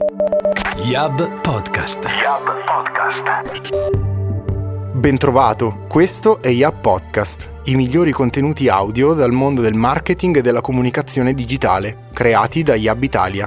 YAB Podcast. Bentrovato, questo è YAB Podcast, i migliori contenuti audio dal mondo del marketing e della comunicazione digitale, creati da YAB Italia.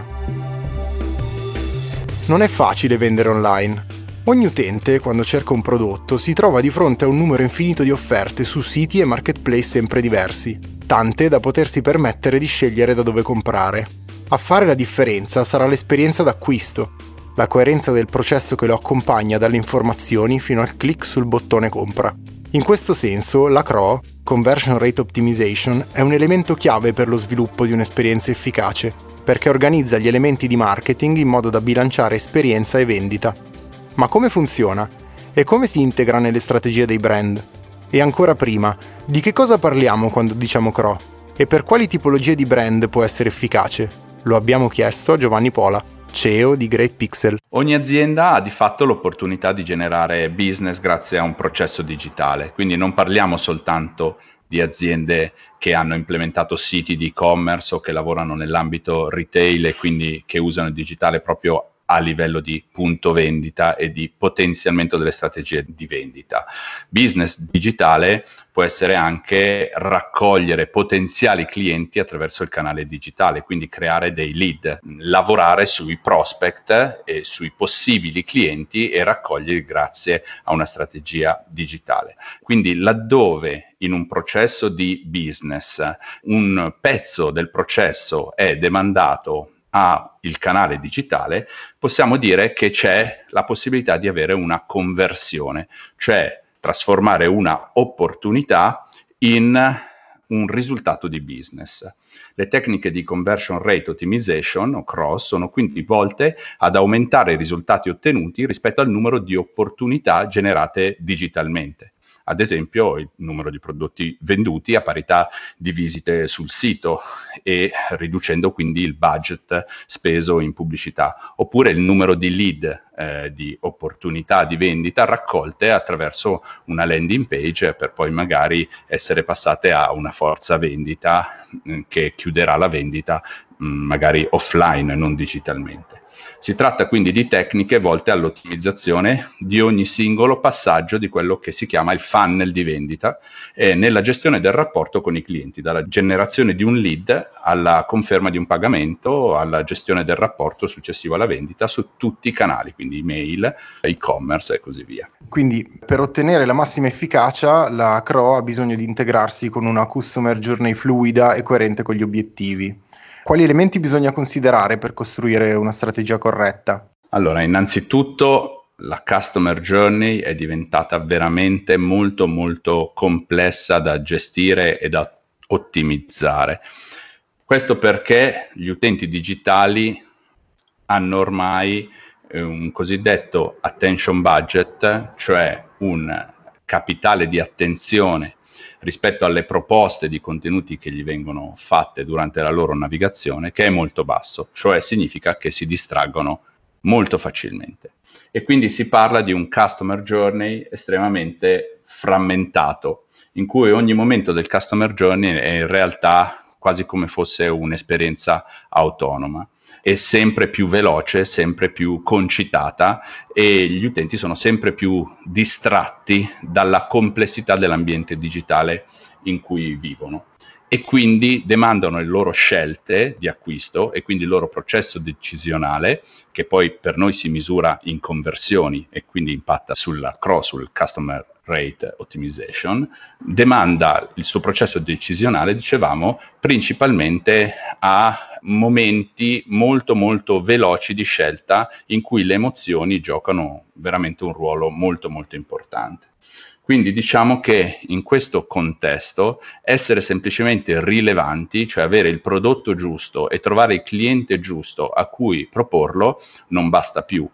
Non è facile vendere online. Ogni utente, quando cerca un prodotto, si trova di fronte a un numero infinito di offerte su siti e marketplace sempre diversi, tante da potersi permettere di scegliere da dove comprare. A fare la differenza sarà l'esperienza d'acquisto, la coerenza del processo che lo accompagna dalle informazioni fino al click sul bottone compra. In questo senso, la CRO, Conversion Rate Optimization, è un elemento chiave per lo sviluppo di un'esperienza efficace, perché organizza gli elementi di marketing in modo da bilanciare esperienza e vendita. Ma come funziona? E come si integra nelle strategie dei brand? E ancora prima, di che cosa parliamo quando diciamo CRO? E per quali tipologie di brand può essere efficace? Lo abbiamo chiesto a Giovanni Pola, CEO di Great Pixel. Ogni azienda ha di fatto l'opportunità di generare business grazie a un processo digitale, quindi non parliamo soltanto di aziende che hanno implementato siti di e-commerce o che lavorano nell'ambito retail e quindi che usano il digitale proprio a livello di punto vendita e di potenziamento delle strategie di vendita. Business digitale può essere anche raccogliere potenziali clienti attraverso il canale digitale, quindi creare dei lead, lavorare sui prospect e sui possibili clienti e raccoglierli grazie a una strategia digitale. Quindi laddove in un processo di business un pezzo del processo è demandato il canale digitale, possiamo dire che c'è la possibilità di avere una conversione, cioè trasformare una opportunità in un risultato di business. Le tecniche di Conversion Rate Optimization o CROS sono quindi volte ad aumentare i risultati ottenuti rispetto al numero di opportunità generate digitalmente. Ad esempio il numero di prodotti venduti a parità di visite sul sito e riducendo quindi il budget speso in pubblicità, oppure il numero di lead, di opportunità di vendita raccolte attraverso una landing page per poi magari essere passate a una forza vendita che chiuderà la vendita magari offline, non digitalmente. Si tratta quindi di tecniche volte all'ottimizzazione di ogni singolo passaggio di quello che si chiama il funnel di vendita nella gestione del rapporto con i clienti, dalla generazione di un lead alla conferma di un pagamento, alla gestione del rapporto successivo alla vendita su tutti i canali, quindi email, e-commerce e così via. Quindi per ottenere la massima efficacia la CRO ha bisogno di integrarsi con una customer journey fluida e coerente con gli obiettivi. Quali elementi bisogna considerare per costruire una strategia corretta? Allora, innanzitutto la customer journey è diventata veramente molto molto complessa da gestire e da ottimizzare. Questo perché gli utenti digitali hanno ormai un cosiddetto attention budget, cioè un capitale di attenzione rispetto alle proposte di contenuti che gli vengono fatte durante la loro navigazione, che è molto basso, cioè significa che si distraggono molto facilmente. E quindi si parla di un customer journey estremamente frammentato, in cui ogni momento del customer journey è in realtà quasi come fosse un'esperienza autonoma. È sempre più veloce, sempre più concitata e gli utenti sono sempre più distratti dalla complessità dell'ambiente digitale in cui vivono e quindi demandano le loro scelte di acquisto e quindi il loro processo decisionale, che poi per noi si misura in conversioni e quindi impatta sulla CRO, sul Customer Rate Optimization, demanda il suo processo decisionale, dicevamo, principalmente a momenti molto molto veloci di scelta in cui le emozioni giocano veramente un ruolo molto molto importante. Quindi diciamo che in questo contesto essere semplicemente rilevanti, cioè avere il prodotto giusto e trovare il cliente giusto a cui proporlo, non basta più.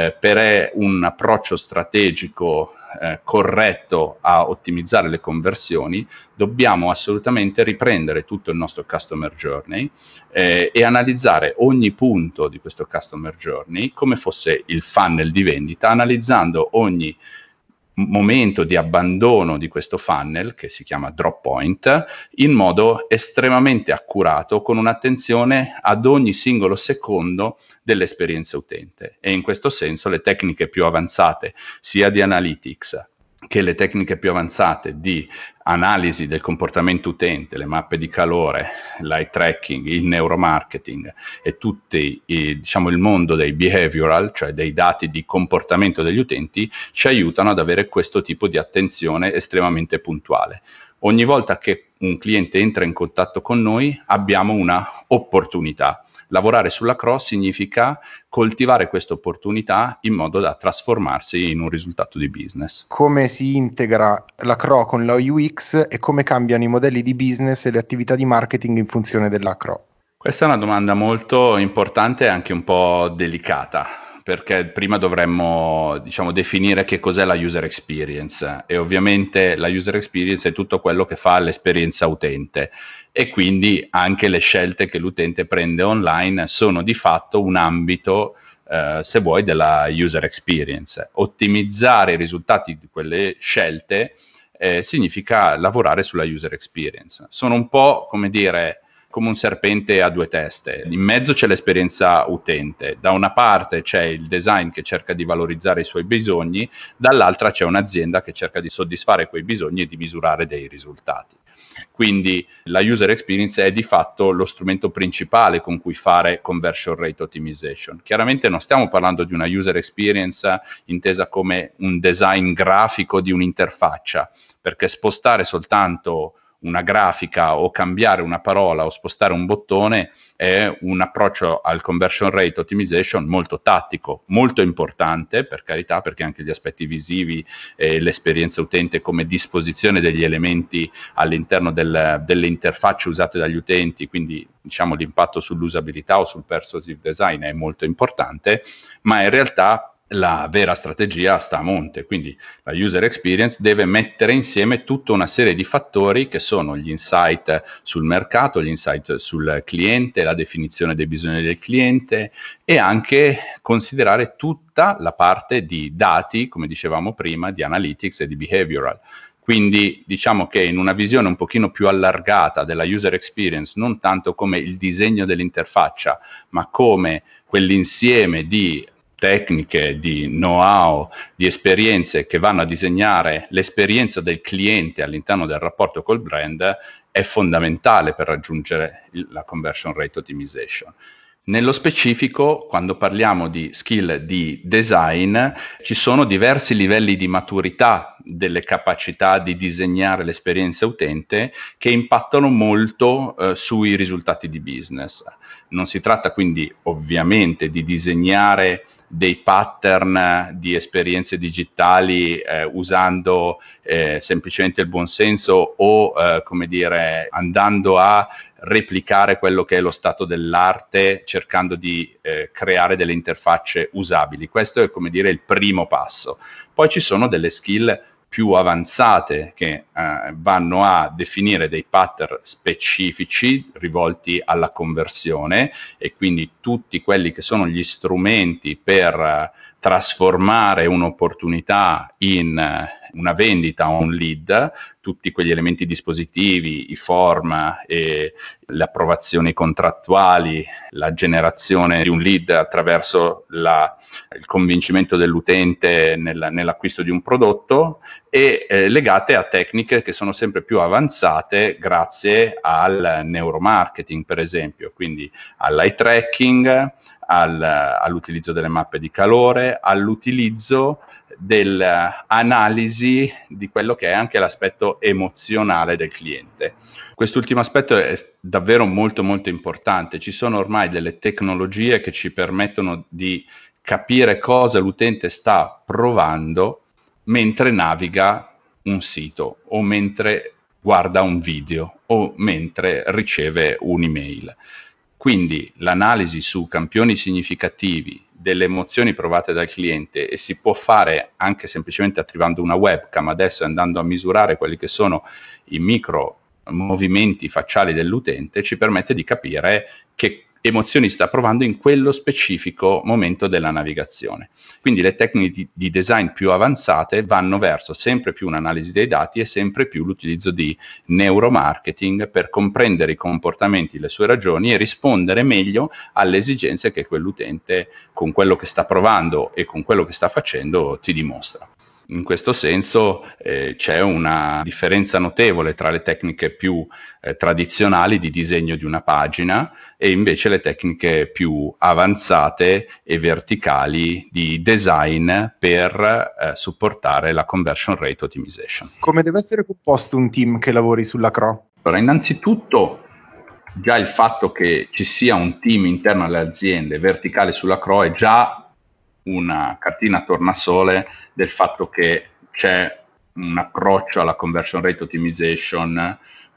Per un approccio strategico corretto a ottimizzare le conversioni, dobbiamo assolutamente riprendere tutto il nostro customer journey e analizzare ogni punto di questo customer journey come fosse il funnel di vendita, analizzando ogni momento di abbandono di questo funnel, che si chiama drop point, in modo estremamente accurato, con un'attenzione ad ogni singolo secondo dell'esperienza utente. E in questo senso le tecniche più avanzate, sia di analytics che le tecniche più avanzate di analisi del comportamento utente, le mappe di calore, l'eye tracking, il neuromarketing e tutti il mondo dei behavioral, cioè dei dati di comportamento degli utenti, ci aiutano ad avere questo tipo di attenzione estremamente puntuale. Ogni volta che un cliente entra in contatto con noi abbiamo una opportunità. Lavorare sulla CRO significa coltivare questa opportunità in modo da trasformarsi in un risultato di business. Come si integra la CRO con la UX e come cambiano i modelli di business e le attività di marketing in funzione della CRO? Questa è una domanda molto importante e anche un po' delicata, perché prima dovremmo definire che cos'è la user experience, e ovviamente la user experience è tutto quello che fa l'esperienza utente, e quindi anche le scelte che l'utente prende online sono di fatto un ambito, se vuoi, della user experience. Ottimizzare i risultati di quelle scelte significa lavorare sulla user experience. Sono un po', come un serpente a due teste. In mezzo c'è l'esperienza utente, da una parte c'è il design che cerca di valorizzare i suoi bisogni, dall'altra c'è un'azienda che cerca di soddisfare quei bisogni e di misurare dei risultati. Quindi la user experience è di fatto lo strumento principale con cui fare conversion rate optimization. Chiaramente non stiamo parlando di una user experience intesa come un design grafico di un'interfaccia, perché spostare soltanto una grafica o cambiare una parola o spostare un bottone è un approccio al conversion rate optimization molto tattico, molto importante, per carità, perché anche gli aspetti visivi e l'esperienza utente come disposizione degli elementi all'interno delle interfacce usate dagli utenti, quindi l'impatto sull'usabilità o sul persuasive design è molto importante, ma in realtà la vera strategia sta a monte. Quindi la user experience deve mettere insieme tutta una serie di fattori che sono gli insight sul mercato, gli insight sul cliente, la definizione dei bisogni del cliente, e anche considerare tutta la parte di dati, come dicevamo prima, di analytics e di behavioral. Quindi diciamo che in una visione un pochino più allargata della user experience, non tanto come il disegno dell'interfaccia, ma come quell'insieme di tecniche, di know-how, di esperienze che vanno a disegnare l'esperienza del cliente all'interno del rapporto col brand, è fondamentale per raggiungere la conversion rate optimization. Nello specifico, quando parliamo di skill di design, ci sono diversi livelli di maturità delle capacità di disegnare l'esperienza utente che impattano molto sui risultati di business. Non si tratta quindi ovviamente di disegnare dei pattern di esperienze digitali usando semplicemente il buonsenso o andando a replicare quello che è lo stato dell'arte, cercando di creare delle interfacce usabili. Questo è il primo passo. Poi ci sono delle skill più avanzate che vanno a definire dei pattern specifici rivolti alla conversione, e quindi tutti quelli che sono gli strumenti per trasformare un'opportunità in una vendita o un lead, tutti quegli elementi dispositivi, i form e le approvazioni contrattuali, la generazione di un lead attraverso il convincimento dell'utente nell'acquisto di un prodotto, e legate a tecniche che sono sempre più avanzate grazie al neuromarketing, per esempio, quindi all'eye tracking, all'utilizzo delle mappe di calore, all'utilizzo dell'analisi di quello che è anche l'aspetto emozionale del cliente. Quest'ultimo aspetto è davvero molto molto importante. Ci sono ormai delle tecnologie che ci permettono di capire cosa l'utente sta provando mentre naviga un sito, o mentre guarda un video, o mentre riceve un'email. Quindi l'analisi su campioni significativi delle emozioni provate dal cliente, e si può fare anche semplicemente attivando una webcam adesso, andando a misurare quelli che sono i micro movimenti facciali dell'utente, ci permette di capire che emozioni sta provando in quello specifico momento della navigazione. Quindi le tecniche di design più avanzate vanno verso sempre più un'analisi dei dati e sempre più l'utilizzo di neuromarketing per comprendere i comportamenti, le sue ragioni e rispondere meglio alle esigenze che quell'utente, con quello che sta provando e con quello che sta facendo, ti dimostra. In questo senso c'è una differenza notevole tra le tecniche più tradizionali di disegno di una pagina e invece le tecniche più avanzate e verticali di design per supportare la conversion rate optimization. Come deve essere composto un team che lavori sulla CRO? Allora, innanzitutto già il fatto che ci sia un team interno alle aziende verticale sulla CRO è già una cartina tornasole del fatto che c'è un approccio alla conversion rate optimization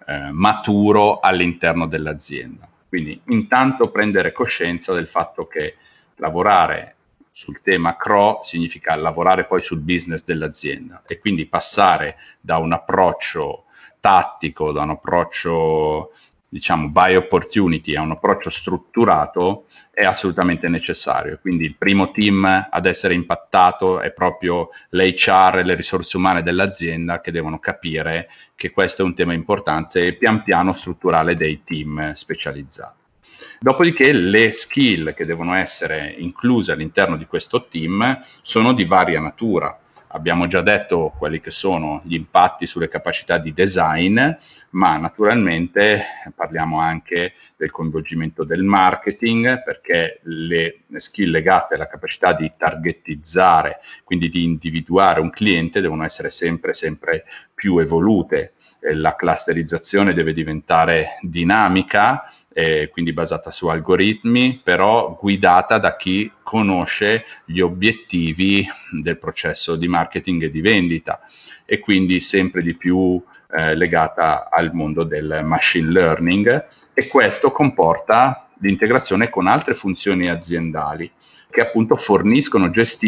maturo all'interno dell'azienda. Quindi intanto prendere coscienza del fatto che lavorare sul tema CRO significa lavorare poi sul business dell'azienda e quindi passare da un approccio tattico, da un approccio diciamo by opportunity a un approccio strutturato è assolutamente necessario. Quindi il primo team ad essere impattato è proprio l'HR e le risorse umane dell'azienda, che devono capire che questo è un tema importante e pian piano strutturare dei team specializzati. Dopodiché le skill che devono essere incluse all'interno di questo team sono di varia natura. Abbiamo già detto quelli che sono gli impatti sulle capacità di design, ma naturalmente parliamo anche del coinvolgimento del marketing, perché le skill legate alla capacità di targetizzare, quindi di individuare un cliente, devono essere sempre più evolute. La clusterizzazione deve diventare dinamica, quindi basata su algoritmi, però guidata da chi conosce gli obiettivi del processo di marketing e di vendita e quindi sempre di più legata al mondo del machine learning, e questo comporta l'integrazione con altre funzioni aziendali che appunto forniscono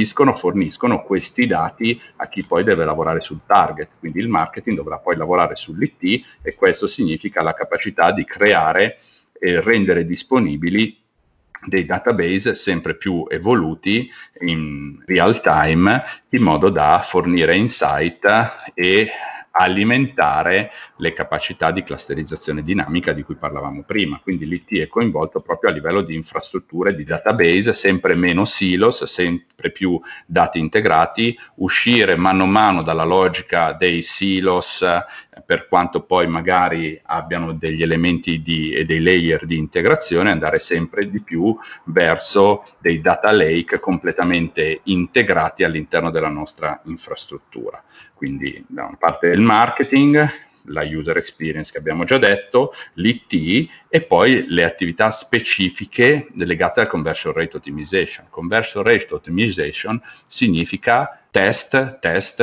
questi dati a chi poi deve lavorare sul target. Quindi il marketing dovrà poi lavorare sull'IT e questo significa la capacità di creare e rendere disponibili dei database sempre più evoluti in real time in modo da fornire insight e alimentare le capacità di clusterizzazione dinamica di cui parlavamo prima. Quindi l'IT è coinvolto proprio a livello di infrastrutture, di database, sempre meno silos, sempre più dati integrati, uscire mano a mano dalla logica dei silos, per quanto poi magari abbiano degli elementi e dei layer di integrazione, andare sempre di più verso dei data lake completamente integrati all'interno della nostra infrastruttura. Quindi da una parte il marketing, la user experience che abbiamo già detto, l'IT e poi le attività specifiche legate al conversion rate optimization. Conversion rate optimization significa test,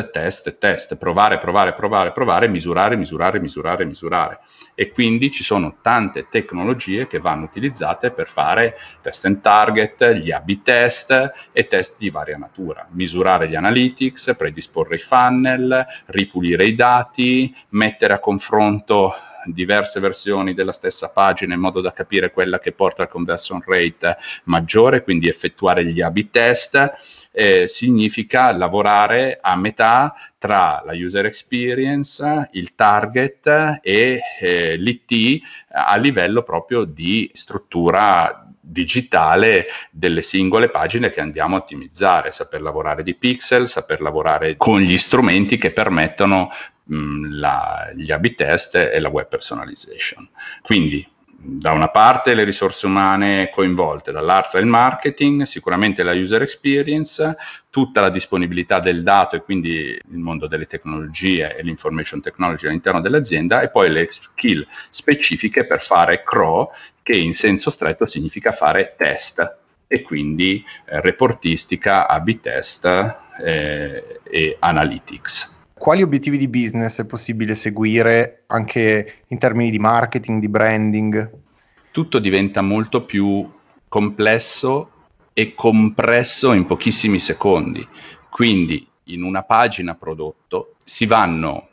provare, misurare. E quindi ci sono tante tecnologie che vanno utilizzate per fare test and target, gli A/B test e test di varia natura. Misurare gli analytics, predisporre i funnel, ripulire i dati, mettere a confronto diverse versioni della stessa pagina in modo da capire quella che porta al conversion rate maggiore, quindi effettuare gli A/B test. Significa lavorare a metà tra la user experience, il target e l'IT a livello proprio di struttura digitale delle singole pagine che andiamo a ottimizzare, saper lavorare di pixel, saper lavorare con gli strumenti che permettono gli A/B test e la web personalization. Quindi da una parte le risorse umane coinvolte, dall'altra il marketing, sicuramente la user experience, tutta la disponibilità del dato e quindi il mondo delle tecnologie e l'information technology all'interno dell'azienda e poi le skill specifiche per fare CRO, che in senso stretto significa fare test e quindi reportistica, A/B test e analytics. Quali obiettivi di business è possibile seguire anche in termini di marketing, di branding? Tutto diventa molto più complesso e compresso in pochissimi secondi. Quindi in una pagina prodotto si vanno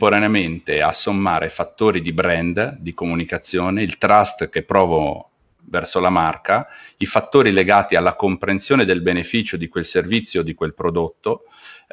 contemporaneamente a sommare fattori di brand, di comunicazione, il trust che provo verso la marca, i fattori legati alla comprensione del beneficio di quel servizio o di quel prodotto,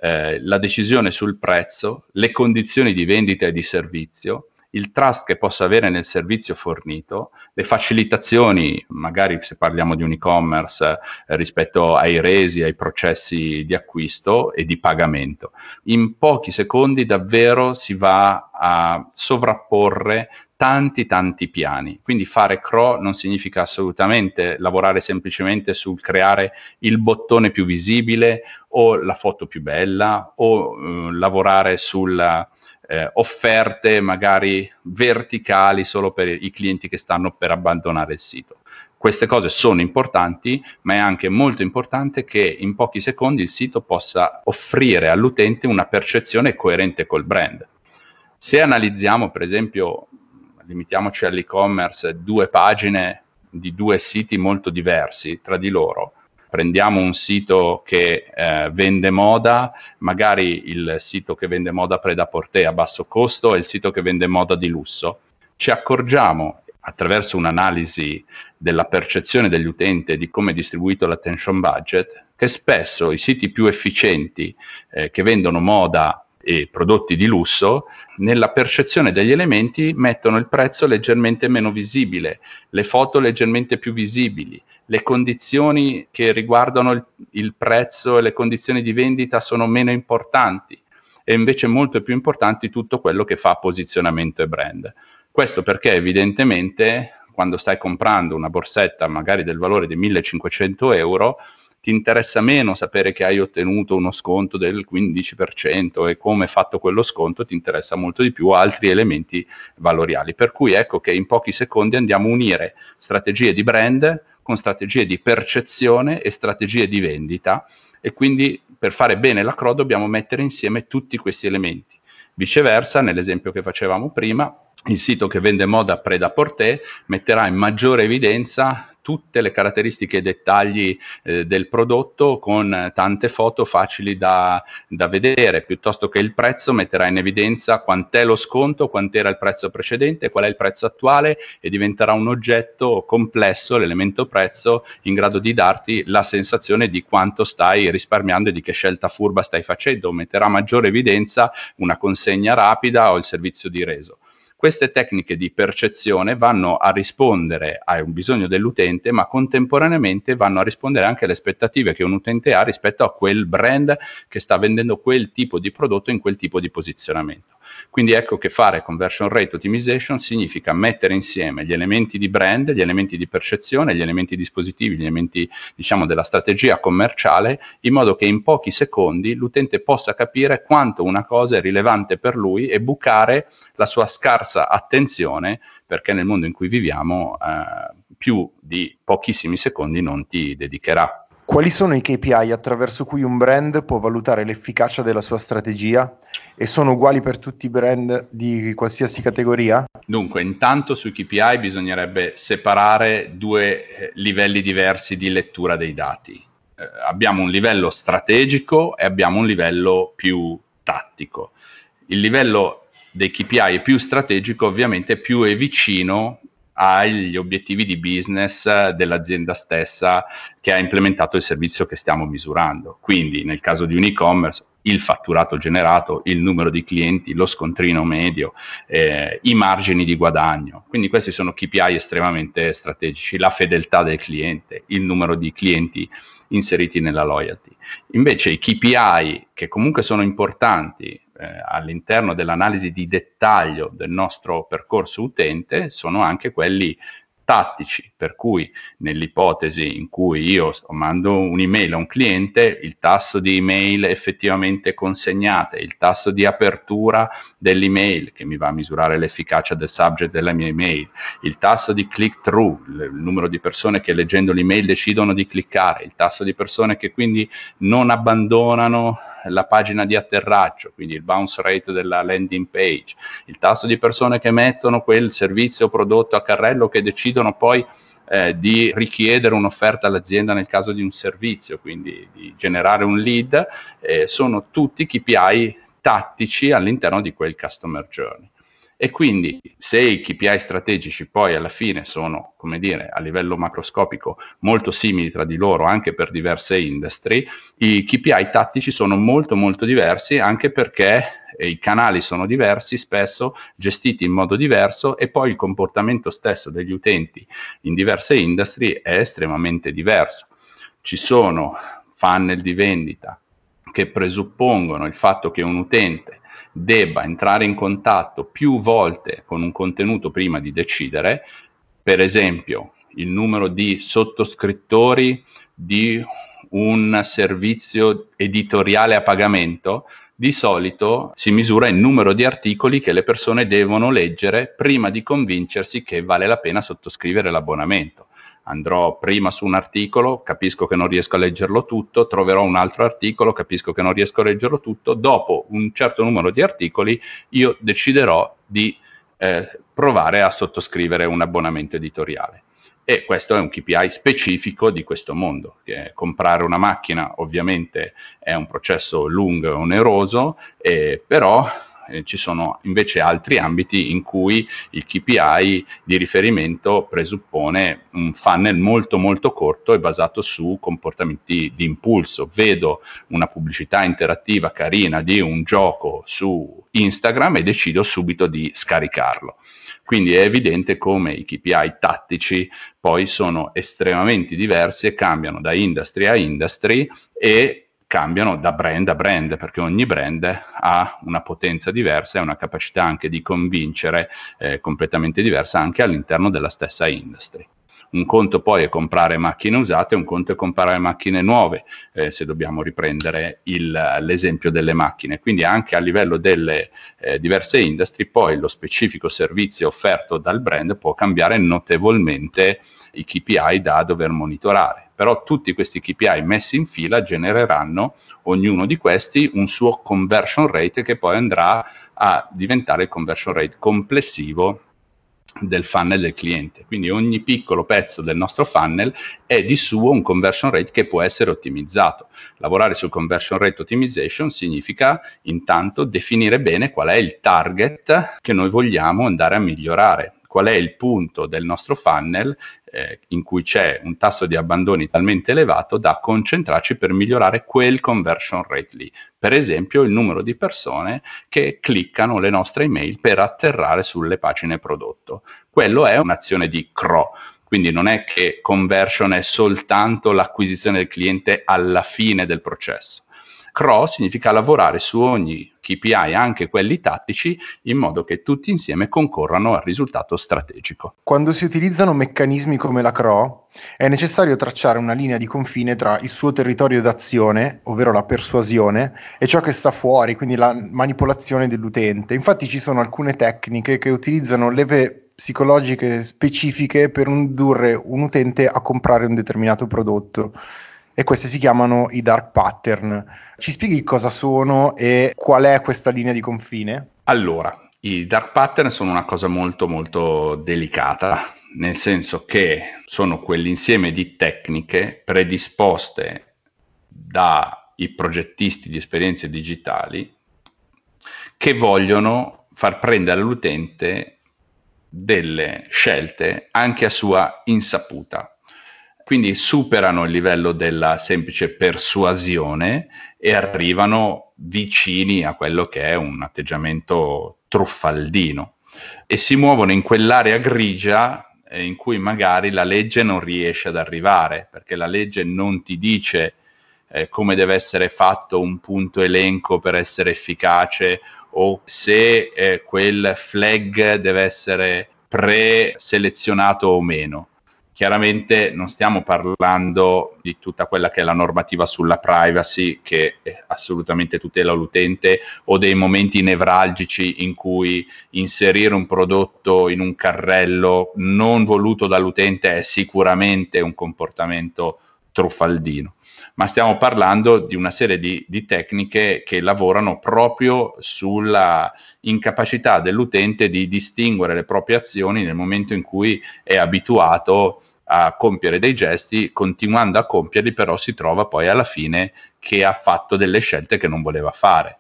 la decisione sul prezzo, le condizioni di vendita e di servizio, il trust che possa avere nel servizio fornito, le facilitazioni, magari se parliamo di un e-commerce, rispetto ai resi, ai processi di acquisto e di pagamento. In pochi secondi davvero si va a sovrapporre tanti piani, quindi fare crawl non significa assolutamente lavorare semplicemente sul creare il bottone più visibile o la foto più bella o lavorare sulla offerte magari verticali solo per i clienti che stanno per abbandonare il sito. Queste cose sono importanti, ma è anche molto importante che in pochi secondi il sito possa offrire all'utente una percezione coerente col brand. Se analizziamo, per esempio, limitiamoci all'e-commerce, 2 pagine di 2 siti molto diversi tra di loro, prendiamo un sito che vende moda, magari il sito che vende moda prêt-à-porter a basso costo e il sito che vende moda di lusso. Ci accorgiamo attraverso un'analisi della percezione degli utenti e di come è distribuito l'attention budget che spesso i siti più efficienti che vendono moda e prodotti di lusso, nella percezione degli elementi mettono il prezzo leggermente meno visibile, le foto leggermente più visibili, le condizioni che riguardano il prezzo e le condizioni di vendita sono meno importanti e invece molto più importanti tutto quello che fa posizionamento e brand. Questo perché evidentemente quando stai comprando una borsetta magari del valore di 1.500 euro ti interessa meno sapere che hai ottenuto uno sconto del 15% e come è fatto quello sconto, ti interessa molto di più altri elementi valoriali. Per cui ecco che in pochi secondi andiamo a unire strategie di brand con strategie di percezione e strategie di vendita e quindi per fare bene la crawl dobbiamo mettere insieme tutti questi elementi. Viceversa, nell'esempio che facevamo prima, il sito che vende moda prêt-à-porter metterà in maggiore evidenza tutte le caratteristiche e dettagli del prodotto con tante foto facili da vedere, piuttosto che il prezzo metterà in evidenza quant'è lo sconto, quant'era il prezzo precedente, qual è il prezzo attuale e diventerà un oggetto complesso, l'elemento prezzo, in grado di darti la sensazione di quanto stai risparmiando e di che scelta furba stai facendo, metterà maggiore evidenza una consegna rapida o il servizio di reso. Queste tecniche di percezione vanno a rispondere a un bisogno dell'utente, ma contemporaneamente vanno a rispondere anche alle aspettative che un utente ha rispetto a quel brand che sta vendendo quel tipo di prodotto in quel tipo di posizionamento. Quindi ecco che fare conversion rate optimization significa mettere insieme gli elementi di brand, gli elementi di percezione, gli elementi dispositivi, gli elementi diciamo della strategia commerciale, in modo che in pochi secondi l'utente possa capire quanto una cosa è rilevante per lui e bucare la sua scarsa attenzione, perché nel mondo in cui viviamo più di pochissimi secondi non ti dedicherà. Quali sono i KPI attraverso cui un brand può valutare l'efficacia della sua strategia e sono uguali per tutti i brand di qualsiasi categoria? Dunque, intanto sui KPI bisognerebbe separare 2 livelli diversi di lettura dei dati. Abbiamo un livello strategico e abbiamo un livello più tattico. Il livello dei KPI più strategico ovviamente più è vicino agli obiettivi di business dell'azienda stessa che ha implementato il servizio che stiamo misurando. Quindi nel caso di un e-commerce il fatturato generato, il numero di clienti, lo scontrino medio, i margini di guadagno. Quindi questi sono KPI estremamente strategici, la fedeltà del cliente, il numero di clienti inseriti nella loyalty. Invece i KPI che comunque sono importanti all'interno dell'analisi di dettaglio del nostro percorso utente sono anche quelli tattici, per cui nell'ipotesi in cui io mando un'email a un cliente, il tasso di email effettivamente consegnate, il tasso di apertura dell'email che mi va a misurare l'efficacia del subject della mia email, il tasso di click through, il numero di persone che leggendo l'email decidono di cliccare, il tasso di persone che quindi non abbandonano la pagina di atterraggio, quindi il bounce rate della landing page, il tasso di persone che mettono quel servizio o prodotto a carrello che decidono poi di richiedere un'offerta all'azienda nel caso di un servizio, quindi di generare un lead, sono tutti KPI tattici all'interno di quel customer journey. E quindi se i KPI strategici poi alla fine sono, come dire, a livello macroscopico molto simili tra di loro anche per diverse industry, i KPI tattici sono molto molto diversi, anche perché i canali sono diversi, spesso gestiti in modo diverso, e poi il comportamento stesso degli utenti in diverse industry è estremamente diverso. Ci sono funnel di vendita che presuppongono il fatto che un utente debba entrare in contatto più volte con un contenuto prima di decidere. Per esempio, il numero di sottoscrittori di un servizio editoriale a pagamento di solito si misura il numero di articoli che le persone devono leggere prima di convincersi che vale la pena sottoscrivere l'abbonamento. Andrò prima su un articolo, capisco che non riesco a leggerlo tutto, troverò un altro articolo, capisco che non riesco a leggerlo tutto, dopo un certo numero di articoli io deciderò di provare a sottoscrivere un abbonamento editoriale. E questo è un KPI specifico di questo mondo, che comprare una macchina ovviamente è un processo lungo e oneroso, però ci sono invece altri ambiti in cui il KPI di riferimento presuppone un funnel molto molto corto e basato su comportamenti di impulso. Vedo una pubblicità interattiva carina di un gioco su Instagram e decido subito di scaricarlo. Quindi è evidente come i KPI tattici poi sono estremamente diversi e cambiano da industry a industry e cambiano da brand a brand, perché ogni brand ha una potenza diversa e una capacità anche di convincere completamente diversa anche all'interno della stessa industry. Un conto poi è comprare macchine usate, un conto è comprare macchine nuove, se dobbiamo riprendere l'esempio delle macchine. Quindi anche a livello delle diverse industry poi lo specifico servizio offerto dal brand può cambiare notevolmente i KPI da dover monitorare. Però tutti questi KPI messi in fila genereranno, ognuno di questi, un suo conversion rate che poi andrà a diventare il conversion rate complessivo del funnel del cliente. Quindi ogni piccolo pezzo del nostro funnel è di suo un conversion rate che può essere ottimizzato. Lavorare sul conversion rate optimization significa intanto definire bene qual è il target che noi vogliamo andare a migliorare, qual è il punto del nostro funnel in cui c'è un tasso di abbandoni talmente elevato da concentrarci per migliorare quel conversion rate lì. Per esempio il numero di persone che cliccano le nostre email per atterrare sulle pagine prodotto. Quello è un'azione di CRO. Quindi non è che conversion è soltanto l'acquisizione del cliente alla fine del processo. CRO significa lavorare su ogni KPI, anche quelli tattici, in modo che tutti insieme concorrano al risultato strategico. Quando si utilizzano meccanismi come la CRO, è necessario tracciare una linea di confine tra il suo territorio d'azione, ovvero la persuasione, e ciò che sta fuori, quindi la manipolazione dell'utente. Infatti ci sono alcune tecniche che utilizzano leve psicologiche specifiche per indurre un utente a comprare un determinato prodotto. E queste si chiamano i dark pattern. Ci spieghi cosa sono e qual è questa linea di confine? Allora, i dark pattern sono una cosa molto molto delicata, nel senso che sono quell'insieme di tecniche predisposte dai progettisti di esperienze digitali che vogliono far prendere all'utente delle scelte anche a sua insaputa. Quindi superano il livello della semplice persuasione e arrivano vicini a quello che è un atteggiamento truffaldino e si muovono in quell'area grigia in cui magari la legge non riesce ad arrivare, perché la legge non ti dice come deve essere fatto un punto elenco per essere efficace o se quel flag deve essere preselezionato o meno. Chiaramente non stiamo parlando di tutta quella che è la normativa sulla privacy, che assolutamente tutela l'utente, o dei momenti nevralgici in cui inserire un prodotto in un carrello non voluto dall'utente è sicuramente un comportamento truffaldino. Ma stiamo parlando di una serie di tecniche che lavorano proprio sulla incapacità dell'utente di distinguere le proprie azioni nel momento in cui è abituato a compiere dei gesti, continuando a compierli però si trova poi alla fine che ha fatto delle scelte che non voleva fare.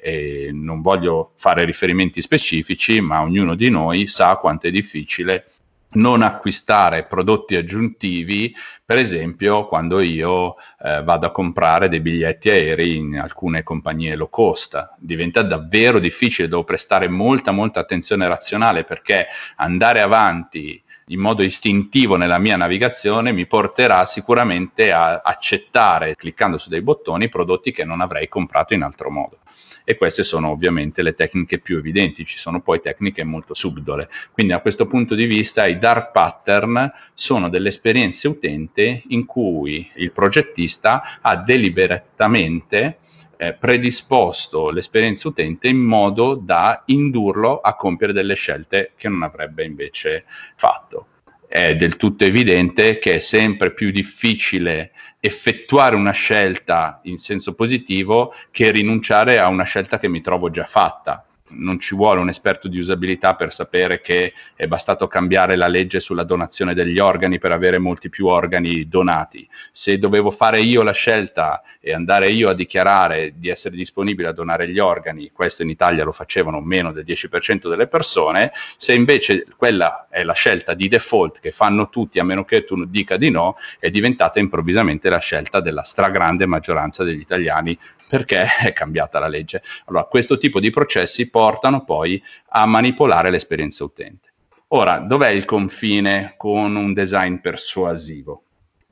e non voglio fare riferimenti specifici, ma ognuno di noi sa quanto è difficile non acquistare prodotti aggiuntivi, per esempio quando io vado a comprare dei biglietti aerei in alcune compagnie low cost. Diventa davvero difficile, devo prestare molta attenzione razionale, perché andare avanti in modo istintivo nella mia navigazione mi porterà sicuramente a accettare, cliccando su dei bottoni, prodotti che non avrei comprato in altro modo. E queste sono ovviamente le tecniche più evidenti, ci sono poi tecniche molto subdole. Quindi da questo punto di vista i dark pattern sono delle esperienze utente in cui il progettista ha deliberatamente predisposto l'esperienza utente in modo da indurlo a compiere delle scelte che non avrebbe invece fatto. È del tutto evidente che è sempre più difficile effettuare una scelta in senso positivo che rinunciare a una scelta che mi trovo già fatta. Non ci vuole un esperto di usabilità per sapere che è bastato cambiare la legge sulla donazione degli organi per avere molti più organi donati. Se dovevo fare io la scelta e andare io a dichiarare di essere disponibile a donare gli organi, questo in Italia lo facevano meno del 10% delle persone, se invece quella è la scelta di default che fanno tutti a meno che tu dica di no, è diventata improvvisamente la scelta della stragrande maggioranza degli italiani, perché è cambiata la legge. Allora, questo tipo di processi portano poi a manipolare l'esperienza utente. Ora, dov'è il confine con un design persuasivo?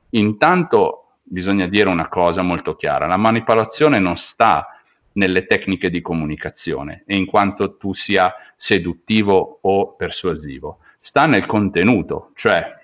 Intanto bisogna dire una cosa molto chiara: la manipolazione non sta nelle tecniche di comunicazione e in quanto tu sia seduttivo o persuasivo, sta nel contenuto, cioè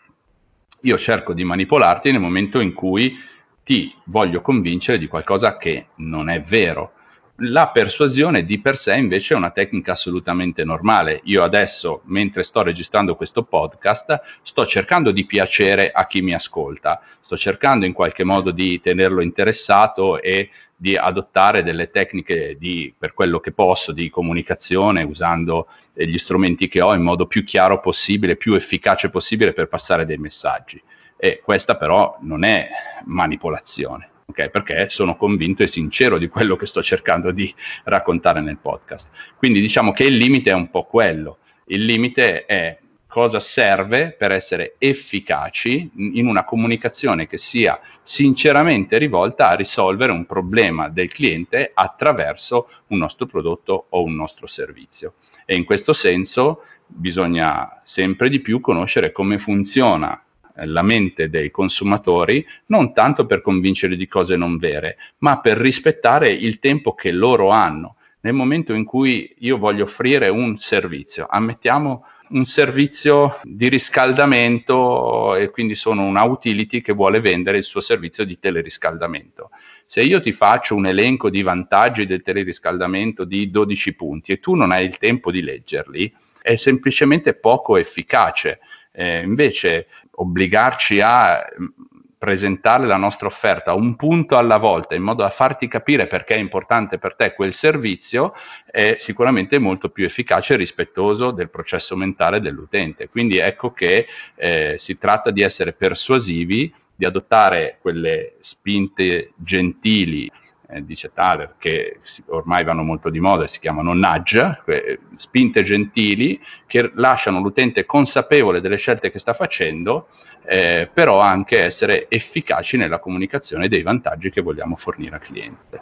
io cerco di manipolarti nel momento in cui ti voglio convincere di qualcosa che non è vero. La persuasione di per sé invece è una tecnica assolutamente normale. Io adesso, mentre sto registrando questo podcast, sto cercando di piacere a chi mi ascolta, sto cercando in qualche modo di tenerlo interessato e di adottare delle tecniche per quello che posso, di comunicazione, usando gli strumenti che ho in modo più chiaro possibile, più efficace possibile per passare dei messaggi. E questa però non è manipolazione, okay? Perché sono convinto e sincero di quello che sto cercando di raccontare nel podcast. Quindi diciamo che il limite è un po' quello. Il limite è cosa serve per essere efficaci in una comunicazione che sia sinceramente rivolta a risolvere un problema del cliente attraverso un nostro prodotto o un nostro servizio. E in questo senso bisogna sempre di più conoscere come funziona la mente dei consumatori, non tanto per convincere di cose non vere, ma per rispettare il tempo che loro hanno. Nel momento in cui io voglio offrire un servizio, ammettiamo un servizio di riscaldamento e quindi sono una utility che vuole vendere il suo servizio di teleriscaldamento. Se io ti faccio un elenco di vantaggi del teleriscaldamento di 12 punti e tu non hai il tempo di leggerli, è semplicemente poco efficace. Invece obbligarci a presentare la nostra offerta un punto alla volta in modo da farti capire perché è importante per te quel servizio è sicuramente molto più efficace e rispettoso del processo mentale dell'utente. Quindi ecco che si tratta di essere persuasivi, di adottare quelle spinte gentili, dice Thaler, che ormai vanno molto di moda e si chiamano nudge, spinte gentili che lasciano l'utente consapevole delle scelte che sta facendo, però anche essere efficaci nella comunicazione dei vantaggi che vogliamo fornire al cliente.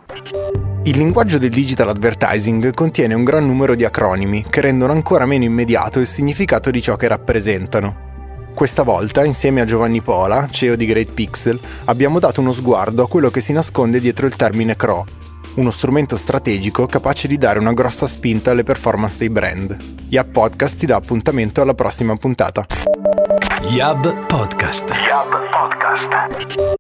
Il linguaggio del digital advertising contiene un gran numero di acronimi che rendono ancora meno immediato il significato di ciò che rappresentano. Questa volta, insieme a Giovanni Pola, CEO di Great Pixel, abbiamo dato uno sguardo a quello che si nasconde dietro il termine CRO, uno strumento strategico capace di dare una grossa spinta alle performance dei brand. Yab Podcast ti dà appuntamento alla prossima puntata. Yab Podcast.